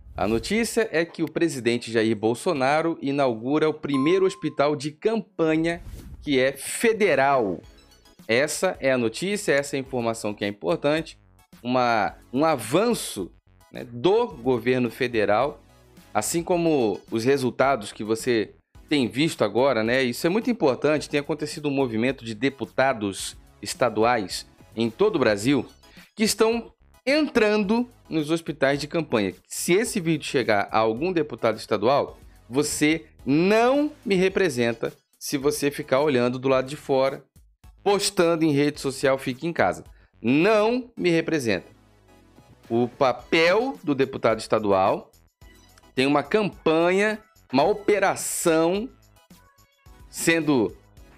A notícia é que o presidente Jair Bolsonaro inaugura o primeiro hospital de campanha que é federal. Essa é a notícia, essa é a informação que é importante. Um avanço, né, do governo federal, assim como os resultados que você tem visto agora, né? Isso é muito importante. Tem acontecido um movimento de deputados estaduais em todo o Brasil que estão entrando nos hospitais de campanha. Se esse vídeo chegar a algum deputado estadual, você não me representa se você ficar olhando do lado de fora, postando em rede social, fique em casa. Não me representa. O papel do deputado estadual tem uma campanha, uma operação sendo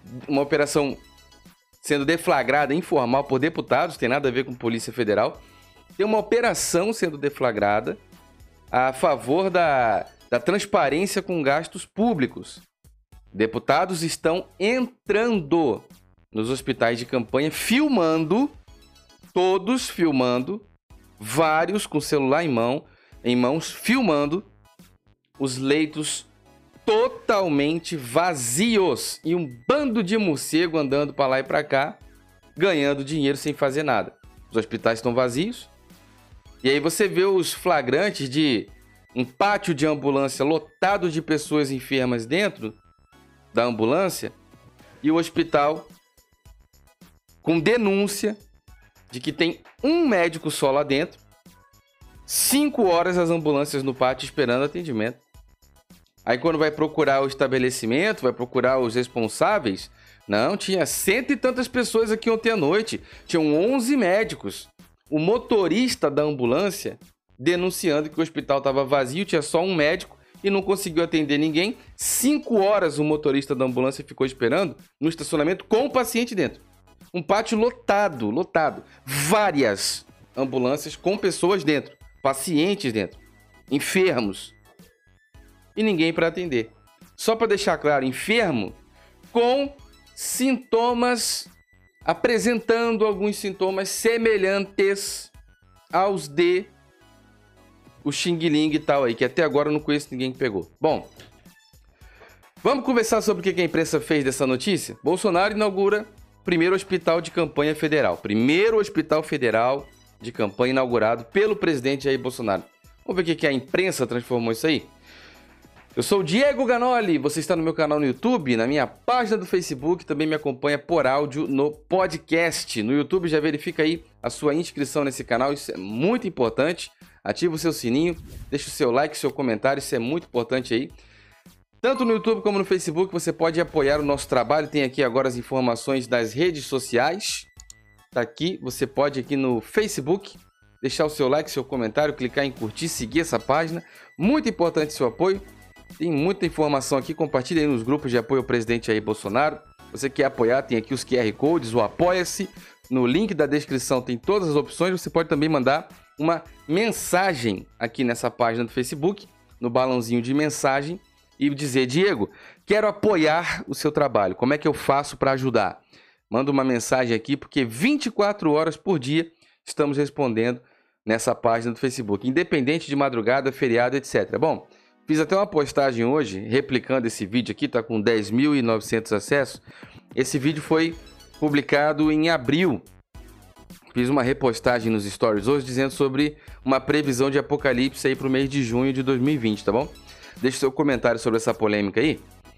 deflagrada informal por deputados, tem nada a ver com Polícia Federal. Tem uma operação sendo deflagrada a favor da transparência com gastos públicos. Deputados estão entrando nos hospitais de campanha, filmando, todos filmando, vários com celular em mãos, filmando os leitos totalmente vazios e um bando de morcego andando para lá e para cá, ganhando dinheiro sem fazer nada. Os hospitais estão vazios. E aí você vê os flagrantes de um pátio de ambulância lotado de pessoas enfermas dentro da ambulância e o hospital com denúncia de que tem um médico só lá dentro, 5 horas as ambulâncias no pátio esperando atendimento. Aí quando vai procurar o estabelecimento, vai procurar os responsáveis, não, tinha 100 e tantas pessoas aqui ontem à noite, tinham 11 médicos. O motorista da ambulância denunciando que o hospital estava vazio, tinha só um médico e não conseguiu atender ninguém. 5 horas o motorista da ambulância ficou esperando no estacionamento com o paciente dentro. Um pátio lotado. Várias ambulâncias com pessoas dentro, pacientes dentro, enfermos. E ninguém para atender. Só para deixar claro, enfermo com sintomas, apresentando alguns sintomas semelhantes aos de o Xing Ling e tal aí, que até agora eu não conheço ninguém que pegou. Bom, vamos conversar sobre o que a imprensa fez dessa notícia? Bolsonaro inaugura o primeiro hospital de campanha federal. Primeiro hospital federal de campanha inaugurado pelo presidente Jair Bolsonaro. Vamos ver o que a imprensa transformou isso aí? Eu sou o Diego Ganoli, você está no meu canal no YouTube, na minha página do Facebook, também me acompanha por áudio no podcast. No YouTube já verifica aí a sua inscrição nesse canal, isso é muito importante. Ativa o seu sininho, deixa o seu like, seu comentário, isso é muito importante aí. Tanto no YouTube como no Facebook você pode apoiar o nosso trabalho, tem aqui agora as informações das redes sociais. Tá aqui, você pode aqui no Facebook deixar o seu like, seu comentário, clicar em curtir, seguir essa página. Muito importante seu apoio. Tem muita informação aqui, compartilhe aí nos grupos de apoio ao presidente Jair Bolsonaro. Você quer apoiar, tem aqui os QR Codes, o Apoia-se. No link da descrição tem todas as opções. Você pode também mandar uma mensagem aqui nessa página do Facebook, no balãozinho de mensagem, e dizer: Diego, quero apoiar o seu trabalho. Como é que eu faço para ajudar? Manda uma mensagem aqui, porque 24 horas por dia estamos respondendo nessa página do Facebook, independente de madrugada, feriado, etc. Bom, fiz até uma postagem hoje, replicando esse vídeo aqui, tá com 10.900 acessos. Esse vídeo foi publicado em abril. Fiz uma repostagem nos stories hoje, dizendo sobre uma previsão de apocalipse aí pro mês de junho de 2020, tá bom? Deixa seu comentário sobre essa polêmica aí.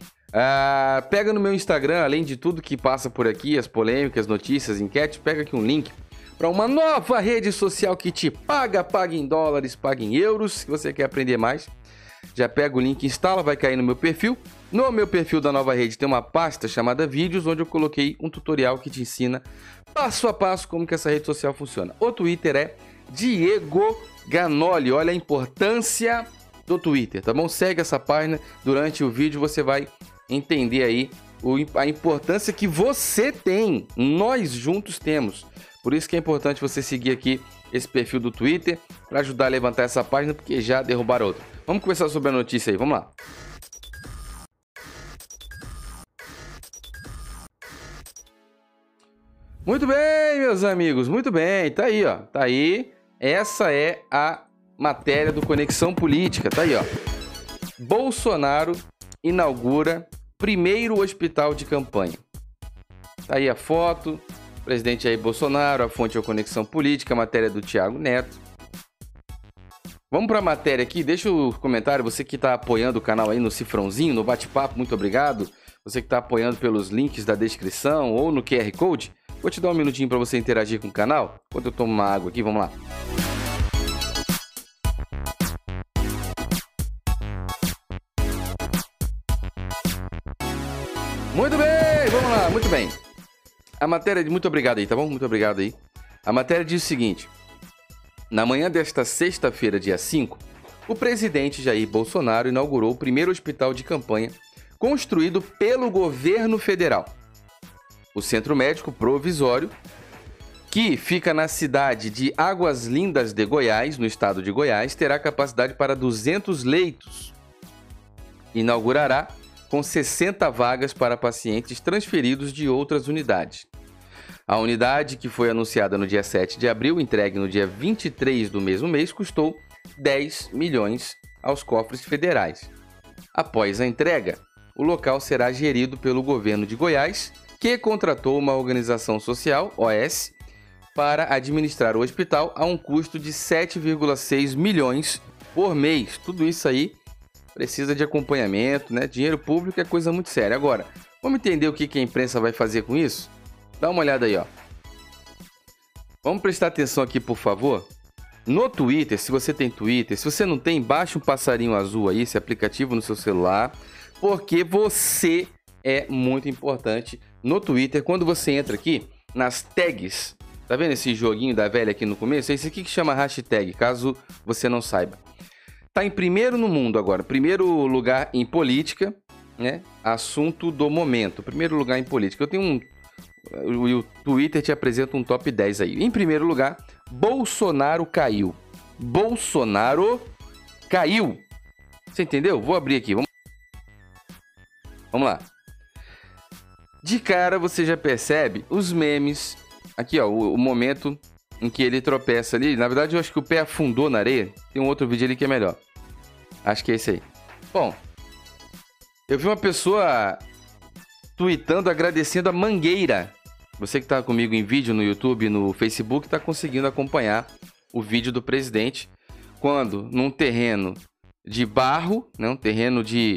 Pega no meu Instagram, além de tudo que passa por aqui, as polêmicas, notícias, enquetes, pega aqui um link para uma nova rede social que te paga em dólares, paga em euros. Se você quer aprender mais, já pega o link, instala, vai cair no meu perfil. No meu perfil da nova rede tem uma pasta chamada Vídeos, onde eu coloquei um tutorial que te ensina passo a passo como que essa rede social funciona. O Twitter é Diego Ganoli. Olha a importância do Twitter, tá bom? Segue essa página, durante o vídeo você vai entender aí a importância que você tem, nós juntos temos. Por isso que é importante você seguir aqui esse perfil do Twitter para ajudar a levantar essa página, porque já derrubaram outra. Vamos conversar sobre a notícia aí, vamos lá. Muito bem, meus amigos, muito bem. Tá aí, ó. Tá aí. Essa é a matéria do Conexão Política. Tá aí, ó. Bolsonaro inaugura primeiro hospital de campanha. Tá aí a foto. Presidente Jair Bolsonaro, a fonte é o Conexão Política, a matéria do Thiago Neto. Vamos para a matéria aqui, deixa o comentário, você que está apoiando o canal aí no cifrãozinho, no bate-papo, muito obrigado. Você que está apoiando pelos links da descrição ou no QR Code, vou te dar um minutinho para você interagir com o canal, enquanto eu tomo uma água aqui, vamos lá. Muito bem, vamos lá, muito bem. A matéria, muito obrigado aí, tá bom? Muito obrigado aí. A matéria diz o seguinte: na manhã desta sexta-feira, dia 5, o presidente Jair Bolsonaro inaugurou o primeiro hospital de campanha construído pelo governo federal. O Centro Médico Provisório, que fica na cidade de Águas Lindas de Goiás, no estado de Goiás, terá capacidade para 200 leitos. Inaugurará com 60 vagas para pacientes transferidos de outras unidades. A unidade, que foi anunciada no dia 7 de abril, entregue no dia 23 do mesmo mês, custou 10 milhões aos cofres federais. Após a entrega, o local será gerido pelo governo de Goiás, que contratou uma organização social, OS, para administrar o hospital a um custo de 7,6 milhões por mês. Tudo isso aí precisa de acompanhamento, né? Dinheiro público é coisa muito séria. Agora, vamos entender o que a imprensa vai fazer com isso? Dá uma olhada aí, ó. Vamos prestar atenção aqui, por favor. No Twitter, se você tem Twitter, se você não tem, baixa um passarinho azul aí, esse aplicativo no seu celular, porque você é muito importante no Twitter. Quando você entra aqui nas tags, tá vendo esse joguinho da velha aqui no começo? É esse aqui que chama hashtag, caso você não saiba. Tá em primeiro no mundo agora, primeiro lugar em política, né? Assunto do momento, primeiro lugar em política. Eu tenho o Twitter te apresenta um top 10 aí. Em primeiro lugar, Bolsonaro caiu. Bolsonaro caiu. Você entendeu? Vou abrir aqui, vamos lá. De cara você já percebe os memes. Aqui, ó, o momento em que ele tropeça ali. Na verdade, eu acho que o pé afundou na areia. Tem um outro vídeo ali que é melhor. Acho que é esse aí. Bom, eu vi uma pessoa tweetando, agradecendo a Mangueira. Você que está comigo em vídeo no YouTube e no Facebook está conseguindo acompanhar o vídeo do presidente quando num terreno de barro, né, um terreno de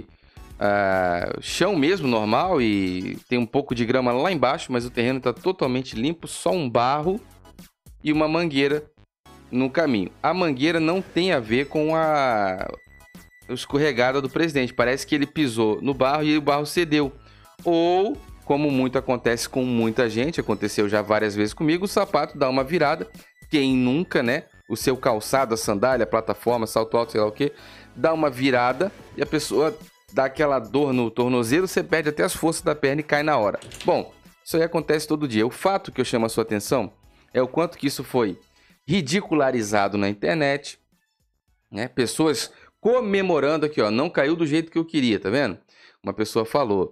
chão mesmo, normal, e tem um pouco de grama lá embaixo, mas o terreno está totalmente limpo, só um barro e uma mangueira no caminho. A mangueira não tem a ver com a escorregada do presidente. Parece que ele pisou no barro e o barro cedeu. Ou, como muito acontece com muita gente, aconteceu já várias vezes comigo, o sapato dá uma virada. Quem nunca, né? O seu calçado, a sandália, a plataforma, salto alto, sei lá o que, dá uma virada e a pessoa dá aquela dor no tornozelo, você perde até as forças da perna e cai na hora. Bom, isso aí acontece todo dia. O fato que eu chamo a sua atenção é o quanto que isso foi ridicularizado na internet, né? Pessoas comemorando aqui, ó, não caiu do jeito que eu queria, tá vendo? Uma pessoa falou.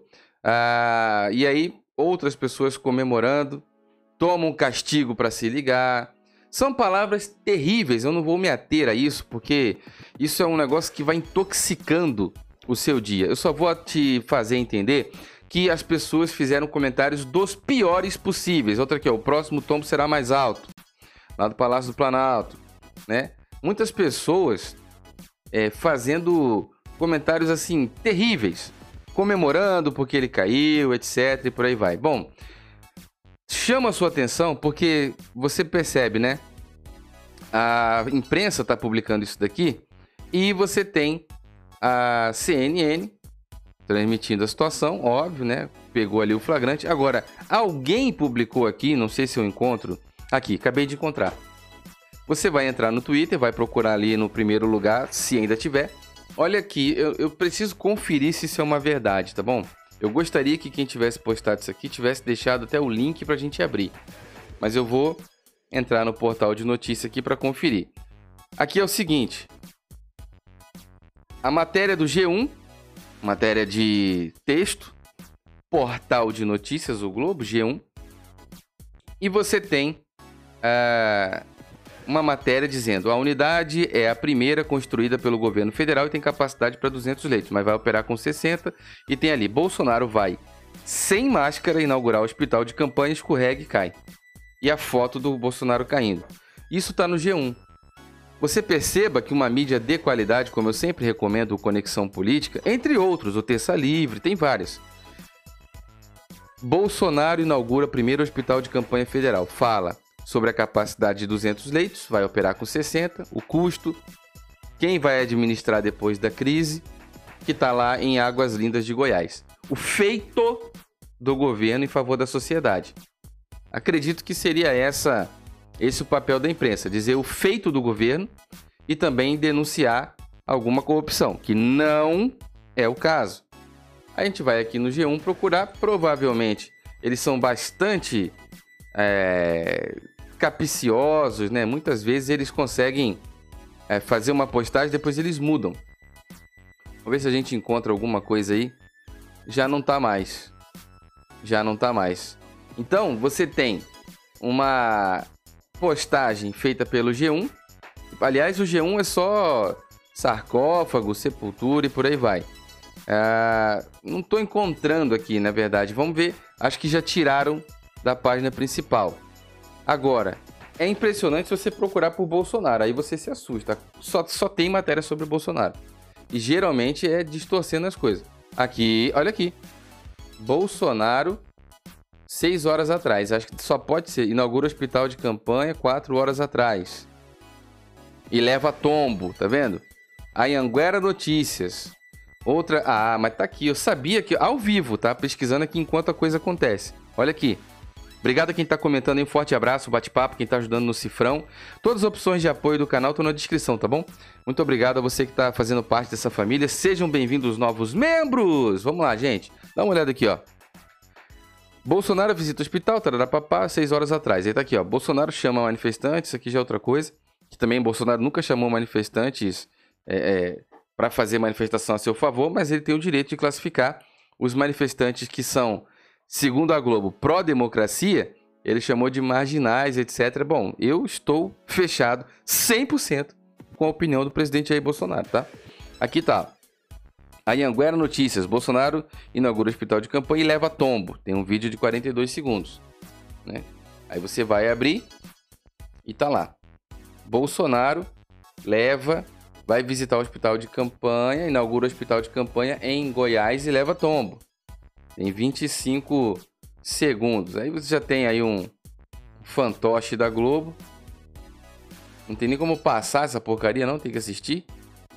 E aí, outras pessoas comemorando, tomam castigo para se ligar. São palavras terríveis, eu não vou me ater a isso, porque isso é um negócio que vai intoxicando o seu dia. Eu só vou te fazer entender que as pessoas fizeram comentários dos piores possíveis. Outra aqui, ó, o próximo tombo será mais alto, lá do Palácio do Planalto, né? Muitas pessoas fazendo comentários assim terríveis, comemorando porque ele caiu, etc, e por aí vai. Bom, chama a sua atenção porque você percebe, né? A imprensa está publicando isso daqui e você tem a CNN transmitindo a situação, óbvio, né? Pegou ali o flagrante. Agora, alguém publicou aqui, não sei se eu encontro, aqui, acabei de encontrar. Você vai entrar no Twitter, vai procurar ali no primeiro lugar, se ainda tiver. Olha aqui, eu preciso conferir se isso é uma verdade, tá bom? Eu gostaria que quem tivesse postado isso aqui tivesse deixado até o link pra gente abrir. Mas eu vou entrar no portal de notícia aqui para conferir. Aqui é o seguinte. A matéria do G1, matéria de texto, portal de notícias, o Globo, G1. E você tem uma matéria dizendo: a unidade é a primeira construída pelo governo federal e tem capacidade para 200 leitos, mas vai operar com 60. E tem ali: Bolsonaro vai sem máscara inaugurar o hospital de campanha, escorrega e cai. E a foto do Bolsonaro caindo. Isso está no G1. Você perceba que uma mídia de qualidade, como eu sempre recomendo, o Conexão Política, entre outros, o Terça Livre, tem várias. Bolsonaro inaugura o primeiro hospital de campanha federal. Fala sobre a capacidade de 200 leitos, vai operar com 60, o custo, quem vai administrar depois da crise, que está lá em Águas Lindas de Goiás. O feito do governo em favor da sociedade. Acredito que seria esse o papel da imprensa, dizer o feito do governo e também denunciar alguma corrupção, que não é o caso. A gente vai aqui no G1 procurar, provavelmente eles são bastante capciosos, né? Muitas vezes eles conseguem fazer uma postagem, depois eles mudam. Vamos ver se a gente encontra alguma coisa aí. Já não tá mais. Então, você tem uma postagem feita pelo G1. Aliás, o G1 é só sarcófago, sepultura e por aí vai. Não estou encontrando aqui, na verdade. Vamos ver. Acho que já tiraram da página principal. Agora, é impressionante se você procurar por Bolsonaro. Aí você se assusta. Só tem matéria sobre o Bolsonaro. E geralmente é distorcendo as coisas. Aqui, olha aqui. Bolsonaro, 6 horas atrás. Acho que só pode ser. Inaugura o hospital de campanha 4 horas atrás. E leva tombo, tá vendo? Anhanguera Notícias. Outra... mas tá aqui. Eu sabia que... Ao vivo, tá? Pesquisando aqui enquanto a coisa acontece. Olha aqui. Obrigado a quem tá comentando aí. Um forte abraço, bate-papo, quem tá ajudando no cifrão. Todas as opções de apoio do canal estão na descrição, tá bom? Muito obrigado a você que tá fazendo parte dessa família. Sejam bem-vindos novos membros. Vamos lá, gente. Dá uma olhada aqui, ó. Bolsonaro visita o hospital, tararapapá, 6 horas atrás. Aí tá aqui, ó. Bolsonaro chama manifestantes. Isso aqui já é outra coisa. Que também Bolsonaro nunca chamou manifestantes para fazer manifestação a seu favor, mas ele tem o direito de classificar os manifestantes que são, segundo a Globo, pró-democracia. Ele chamou de marginais, etc. Bom, eu estou fechado 100% com a opinião do presidente Jair Bolsonaro, tá? Aqui tá. Anhanguera Notícias. Bolsonaro inaugura o hospital de campanha e leva tombo. Tem um vídeo de 42 segundos. Né? Aí você vai abrir e tá lá. Bolsonaro vai visitar o hospital de campanha, inaugura o hospital de campanha em Goiás e leva tombo. Tem 25 segundos. Aí você já tem aí um fantoche da Globo. Não tem nem como passar essa porcaria, não. Tem que assistir.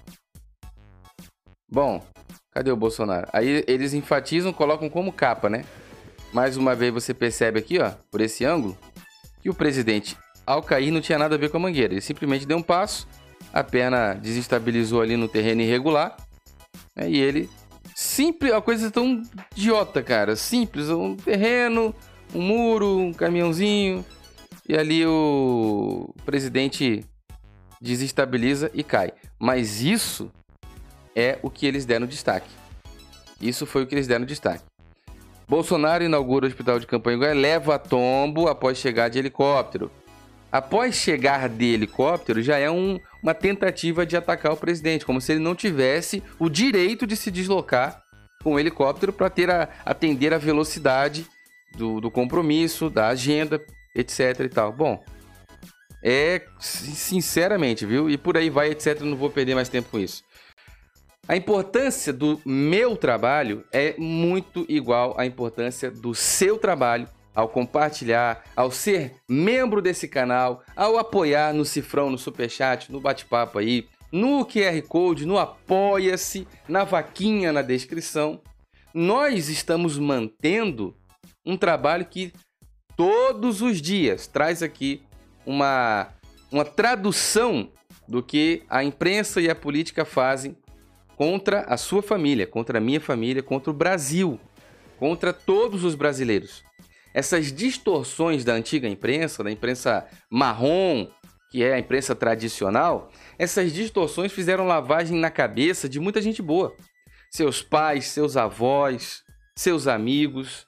Bom, cadê o Bolsonaro? Aí eles enfatizam, colocam como capa, né? Mais uma vez você percebe aqui, ó, por esse ângulo, que o presidente, ao cair, não tinha nada a ver com a mangueira. Ele simplesmente deu um passo, a perna desestabilizou ali no terreno irregular, né? E ele... Simples, uma coisa tão idiota, cara. Simples, um terreno, um muro, um caminhãozinho. E ali o presidente desestabiliza e cai. Mas isso é o que eles deram destaque. Isso foi o que eles deram destaque. Bolsonaro inaugura o hospital de campanha em Goiás, leva tombo após chegar de helicóptero. Após chegar de helicóptero, já é uma tentativa de atacar o presidente, como se ele não tivesse o direito de se deslocar com o helicóptero para atender a velocidade do compromisso, da agenda, etc e tal. Bom, sinceramente, viu? E por aí vai, etc. Não vou perder mais tempo com isso. A importância do meu trabalho é muito igual à importância do seu trabalho, ao compartilhar, ao ser membro desse canal, ao apoiar no cifrão, no superchat, no bate-papo aí, no QR Code, no Apoia-se, na vaquinha na descrição. Nós estamos mantendo um trabalho que todos os dias traz aqui uma tradução do que a imprensa e a política fazem contra a sua família, contra a minha família, contra o Brasil, contra todos os brasileiros. Essas distorções da antiga imprensa, da imprensa marrom, que é a imprensa tradicional, essas distorções fizeram lavagem na cabeça de muita gente boa. Seus pais, seus avós, seus amigos,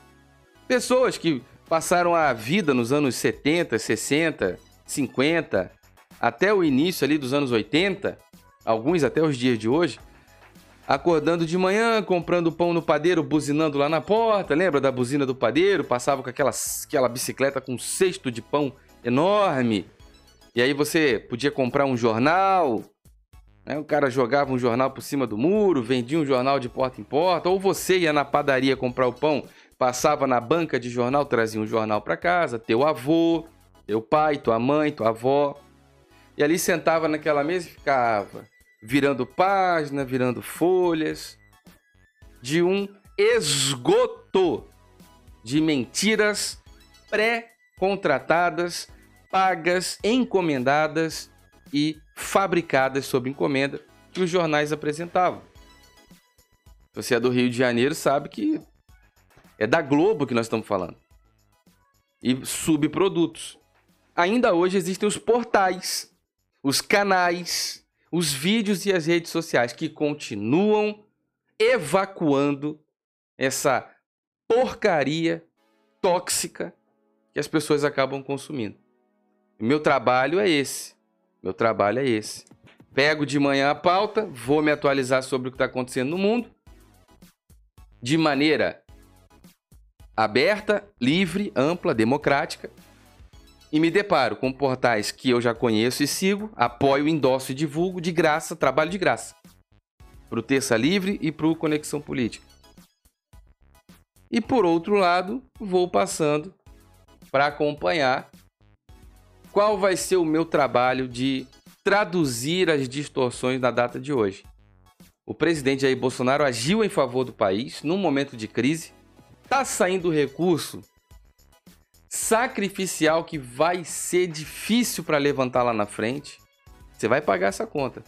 pessoas que passaram a vida nos anos 70, 60, 50, até o início ali dos anos 80, alguns até os dias de hoje, acordando de manhã, comprando pão no padeiro, buzinando lá na porta. Lembra da buzina do padeiro? Passava com aquela bicicleta com um cesto de pão enorme. E aí você podia comprar um jornal, né? O cara jogava um jornal por cima do muro, vendia um jornal de porta em porta. Ou você ia na padaria comprar o pão, passava na banca de jornal, trazia um jornal para casa. Teu avô, teu pai, tua mãe, tua avó. E ali sentava naquela mesa e ficava virando página, virando folhas, de um esgoto de mentiras pré-contratadas, pagas, encomendadas e fabricadas sob encomenda que os jornais apresentavam. Se você é do Rio de Janeiro, sabe que é da Globo que nós estamos falando. E subprodutos. Ainda hoje existem os portais, os canais, os vídeos e as redes sociais que continuam evacuando essa porcaria tóxica que as pessoas acabam consumindo. O meu trabalho é esse. Pego de manhã a pauta, vou me atualizar sobre o que está acontecendo no mundo, de maneira aberta, livre, ampla, democrática, e me deparo com portais que eu já conheço e sigo, apoio, endosso e divulgo de graça, trabalho de graça, para o Terça Livre e para o Conexão Política. E por outro lado, vou passando para acompanhar qual vai ser o meu trabalho de traduzir as distorções na data de hoje. O presidente Jair Bolsonaro agiu em favor do país num momento de crise, está saindo recurso sacrificial que vai ser difícil para levantar lá na frente. Você vai pagar essa conta.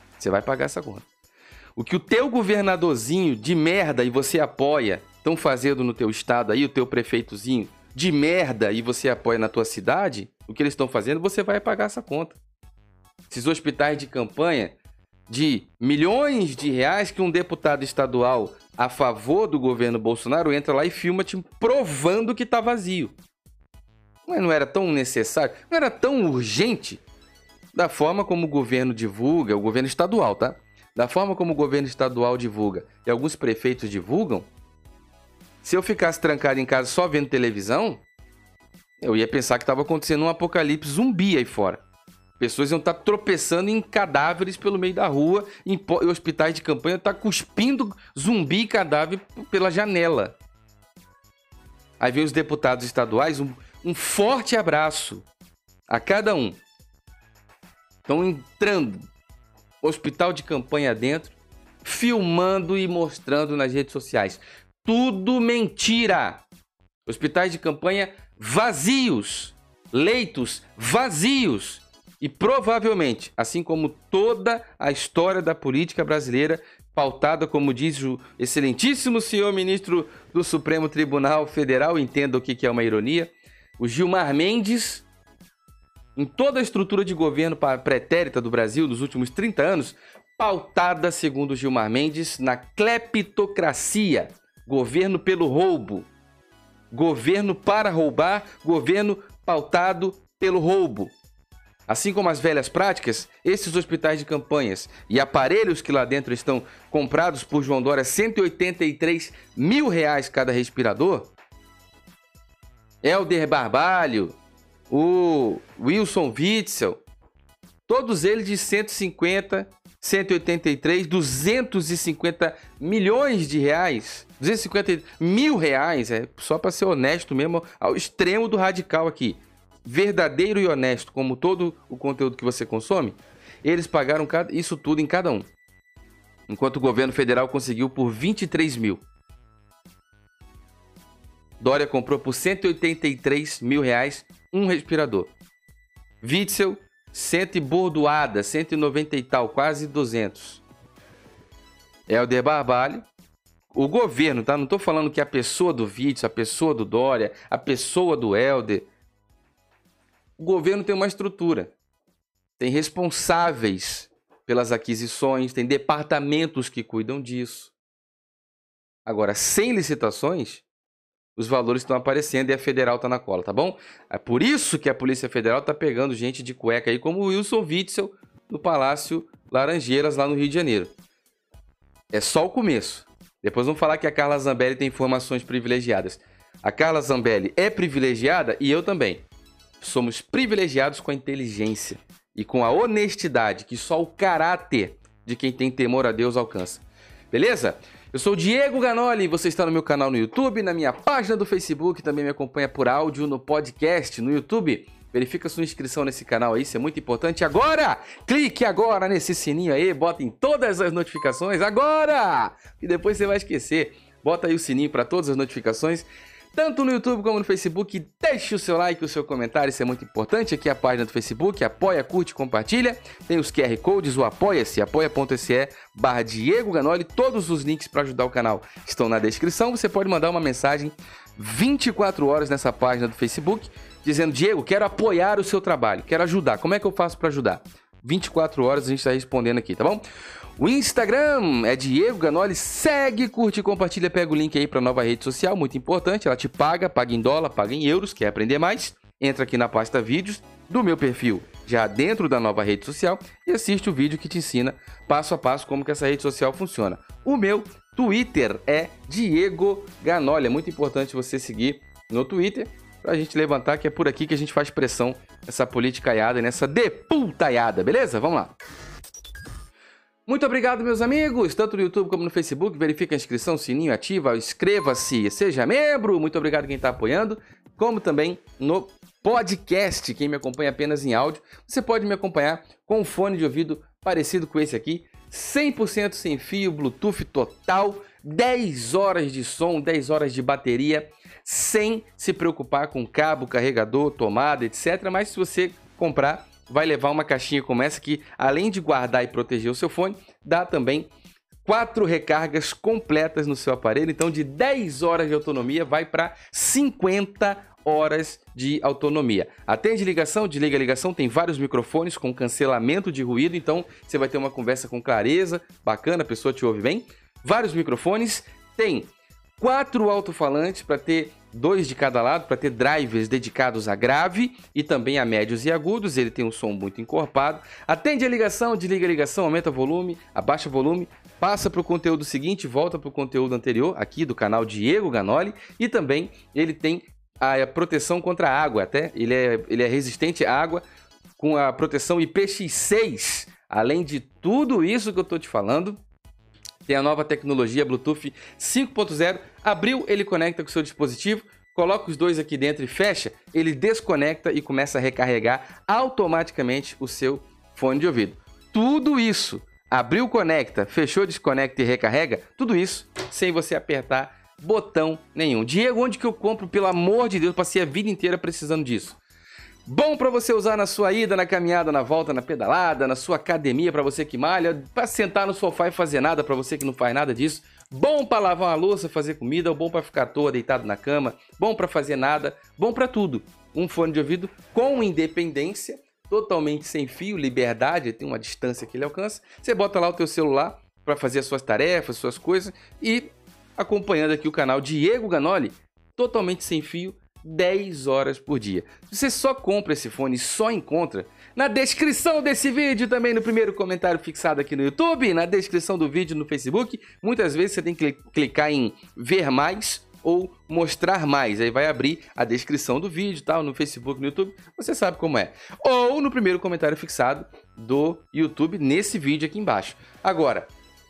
O que o teu governadorzinho de merda e você apoia estão fazendo no teu estado aí, o teu prefeitozinho de merda e você apoia na tua cidade, o que eles estão fazendo, você vai pagar essa conta. Esses hospitais de campanha de milhões de reais que um deputado estadual a favor do governo Bolsonaro entra lá e filma te provando que está vazio. Mas não era tão necessário, não era tão urgente da forma como o governo divulga, o governo estadual, tá? Da forma como o governo estadual divulga e alguns prefeitos divulgam, se eu ficasse trancado em casa só vendo televisão, eu ia pensar que estava acontecendo um apocalipse zumbi aí fora. Pessoas iam estar tropeçando em cadáveres pelo meio da rua, em hospitais de campanha, estar cuspindo zumbi e cadáver pela janela. Aí vem os deputados estaduais, um forte abraço a cada um. Estão entrando hospital de campanha dentro, filmando e mostrando nas redes sociais. Tudo mentira! Hospitais de campanha vazios, leitos vazios. E provavelmente, assim como toda a história da política brasileira, pautada, como diz o excelentíssimo senhor ministro do Supremo Tribunal Federal, entenda o que é uma ironia, o Gilmar Mendes, em toda a estrutura de governo pretérita do Brasil nos últimos 30 anos, pautada, segundo Gilmar Mendes, na cleptocracia, governo pelo roubo, governo para roubar, governo pautado pelo roubo. Assim como as velhas práticas, esses hospitais de campanhas e aparelhos que lá dentro estão comprados por João Dória, R$183 mil cada respirador, Helder Barbalho, o Wilson Witzel, todos eles de 150, 183, 250 milhões de reais, 250 mil reais, só para ser honesto mesmo, ao extremo do radical aqui. Verdadeiro e honesto, como todo o conteúdo que você consome, eles pagaram isso tudo em cada um. Enquanto o governo federal conseguiu por 23 mil. Dória comprou por 183 mil reais um respirador. Witzel, 100 e bordoada, 190 e tal, quase 200. Helder Barbalho, o governo, tá? Não estou falando que a pessoa do Witzel, a pessoa do Dória, a pessoa do Helder. O governo tem uma estrutura, tem responsáveis pelas aquisições, tem departamentos que cuidam disso. Agora, sem licitações, os valores estão aparecendo e a federal tá na cola, tá bom? É por isso que a Polícia Federal tá pegando gente de cueca aí, como o Wilson Witzel no Palácio Laranjeiras, lá no Rio de Janeiro. É só o começo. Depois vamos falar que a Carla Zambelli tem informações privilegiadas. A Carla Zambelli é privilegiada e eu também. Somos privilegiados com a inteligência e com a honestidade que só o caráter de quem tem temor a Deus alcança. Beleza? Eu sou o Diego Ganoli, você está no meu canal no YouTube, na minha página do Facebook, também me acompanha por áudio no podcast no YouTube. Verifica sua inscrição nesse canal aí, isso é muito importante. Agora! Clique agora nesse sininho aí, bota em todas as notificações agora! E depois você vai esquecer. Bota aí o sininho para todas as notificações, tanto no YouTube como no Facebook. Deixe o seu like, o seu comentário, isso é muito importante. Aqui é a página do Facebook, apoia, curte, compartilha. Tem os QR Codes, o Apoia-se, apoia.se/Diego Ganoli. Todos os links para ajudar o canal estão na descrição. Você pode mandar uma mensagem 24 horas nessa página do Facebook, dizendo: Diego, quero apoiar o seu trabalho, quero ajudar. Como é que eu faço para ajudar? 24 horas a gente está respondendo aqui, tá bom? O Instagram é Diego Ganoli. Segue, curte e compartilha. Pega o link aí para nova rede social, muito importante. Ela te paga em dólar, paga em euros. Quer aprender mais? Entra aqui na pasta vídeos do meu perfil, já dentro da nova rede social, e assiste o vídeo que te ensina passo a passo como que essa rede social funciona. O meu Twitter é Diego Ganoli. É muito importante você seguir no Twitter pra gente levantar, que é por aqui que a gente faz pressão nessa politicaiada e nessa deputaiada, beleza? Vamos lá. Muito obrigado, meus amigos, tanto no YouTube como no Facebook. Verifica a inscrição, sininho, ativa, inscreva-se, seja membro. Muito obrigado quem está apoiando, como também no podcast, quem me acompanha apenas em áudio. Você pode me acompanhar com um fone de ouvido parecido com esse aqui, 100% sem fio, Bluetooth total, 10 horas de som, 10 horas de bateria, sem se preocupar com cabo, carregador, tomada, etc. Mas se você comprar, vai levar uma caixinha como essa que, além de guardar e proteger o seu fone, dá também 4 recargas completas no seu aparelho. Então, de 10 horas de autonomia, vai para 50 horas de autonomia. Atende ligação, desliga a ligação, tem vários microfones com cancelamento de ruído, então você vai ter uma conversa com clareza, bacana, a pessoa te ouve bem. Vários microfones, tem 4 alto-falantes para ter 2 de cada lado, para ter drivers dedicados a grave e também a médios e agudos. Ele tem um som muito encorpado. Atende a ligação, desliga a ligação, aumenta o volume, abaixa o volume, passa para o conteúdo seguinte, volta para o conteúdo anterior, aqui do canal Diego Ganoli. E também ele tem a proteção contra a água, até ele é resistente à água com a proteção IPX6. Além de tudo isso que eu estou te falando, tem a nova tecnologia Bluetooth 5.0. Abriu, ele conecta com o seu dispositivo, coloca os dois aqui dentro e fecha, ele desconecta e começa a recarregar automaticamente o seu fone de ouvido. Tudo isso, abriu, conecta, fechou, desconecta e recarrega, tudo isso sem você apertar botão nenhum. Diego, onde que eu compro? Pelo amor de Deus, passei a vida inteira precisando disso. Bom para você usar na sua ida, na caminhada, na volta, na pedalada, na sua academia para você que malha, para sentar no sofá e fazer nada para você que não faz nada disso. Bom para lavar uma louça, fazer comida, ou bom para ficar à toa deitado na cama, bom para fazer nada, bom para tudo. Um fone de ouvido com independência, totalmente sem fio, liberdade, tem uma distância que ele alcança. Você bota lá o teu celular para fazer as suas tarefas, suas coisas e acompanhando aqui o canal Diego Ganoli, totalmente sem fio, 10 horas por dia. Você só compra esse fone, só encontra na descrição desse vídeo, também no primeiro comentário fixado aqui no YouTube, na descrição do vídeo no Facebook. Muitas vezes você tem que clicar em ver mais ou mostrar mais, aí vai abrir a descrição do vídeo, tal, no Facebook, no YouTube, você sabe como é. Ou no primeiro comentário fixado do YouTube nesse vídeo aqui embaixo. Agora,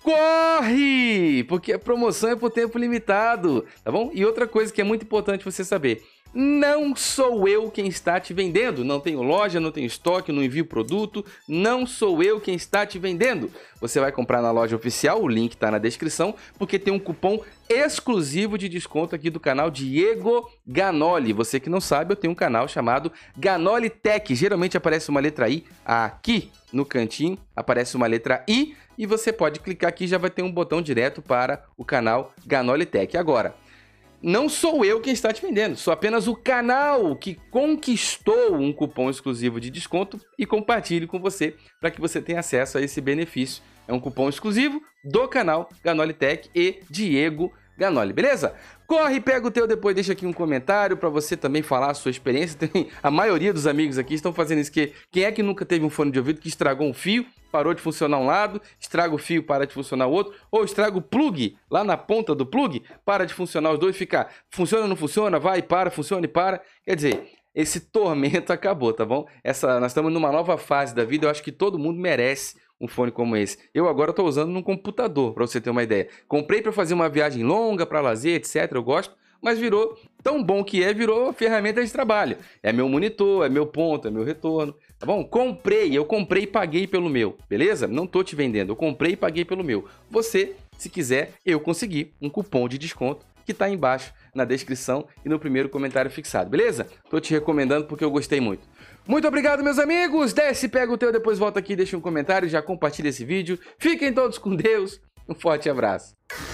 corre! Porque a promoção é por tempo limitado, tá bom? E outra coisa que é muito importante você saber: não sou eu quem está te vendendo. Não tenho loja, não tenho estoque, não envio produto. Não sou eu quem está te vendendo. Você vai comprar na loja oficial, o link está na descrição, porque tem um cupom exclusivo de desconto aqui do canal Diego Ganoli. Você que não sabe, eu tenho um canal chamado Ganoli Tech. Geralmente aparece uma letra I aqui no cantinho, aparece uma letra I e você pode clicar aqui e já vai ter um botão direto para o canal Ganoli Tech. Agora, não sou eu quem está te vendendo, sou apenas o canal que conquistou um cupom exclusivo de desconto e compartilho com você para que você tenha acesso a esse benefício. É um cupom exclusivo do canal Ganoli Tech e Diego Ganoli, beleza? Corre, pega o teu depois, deixa aqui um comentário pra você também falar a sua experiência. A maioria dos amigos aqui estão fazendo isso. Quem é que nunca teve um fone de ouvido que estragou um fio, parou de funcionar um lado, estraga o fio, para de funcionar o outro, ou estraga o plug, lá na ponta do plug, para de funcionar os dois, fica, funciona, não funciona, vai e para, funciona e para. Quer dizer, esse tormento acabou, tá bom? Nós estamos numa nova fase da vida, eu acho que todo mundo merece um fone como esse. Eu agora estou usando num computador, para você ter uma ideia. Comprei para fazer uma viagem longa, para lazer, etc. Eu gosto, mas virou tão bom que virou ferramenta de trabalho. É meu monitor, é meu ponto, é meu retorno, tá bom? Eu comprei e paguei pelo meu, beleza? Não tô te vendendo, eu comprei e paguei pelo meu. Você, se quiser, eu consegui um cupom de desconto que tá aí embaixo na descrição e no primeiro comentário fixado, beleza? Tô te recomendando porque eu gostei muito. Muito obrigado, meus amigos. Desce, pega o teu, depois volta aqui, deixa um comentário, já compartilha esse vídeo. Fiquem todos com Deus. Um forte abraço.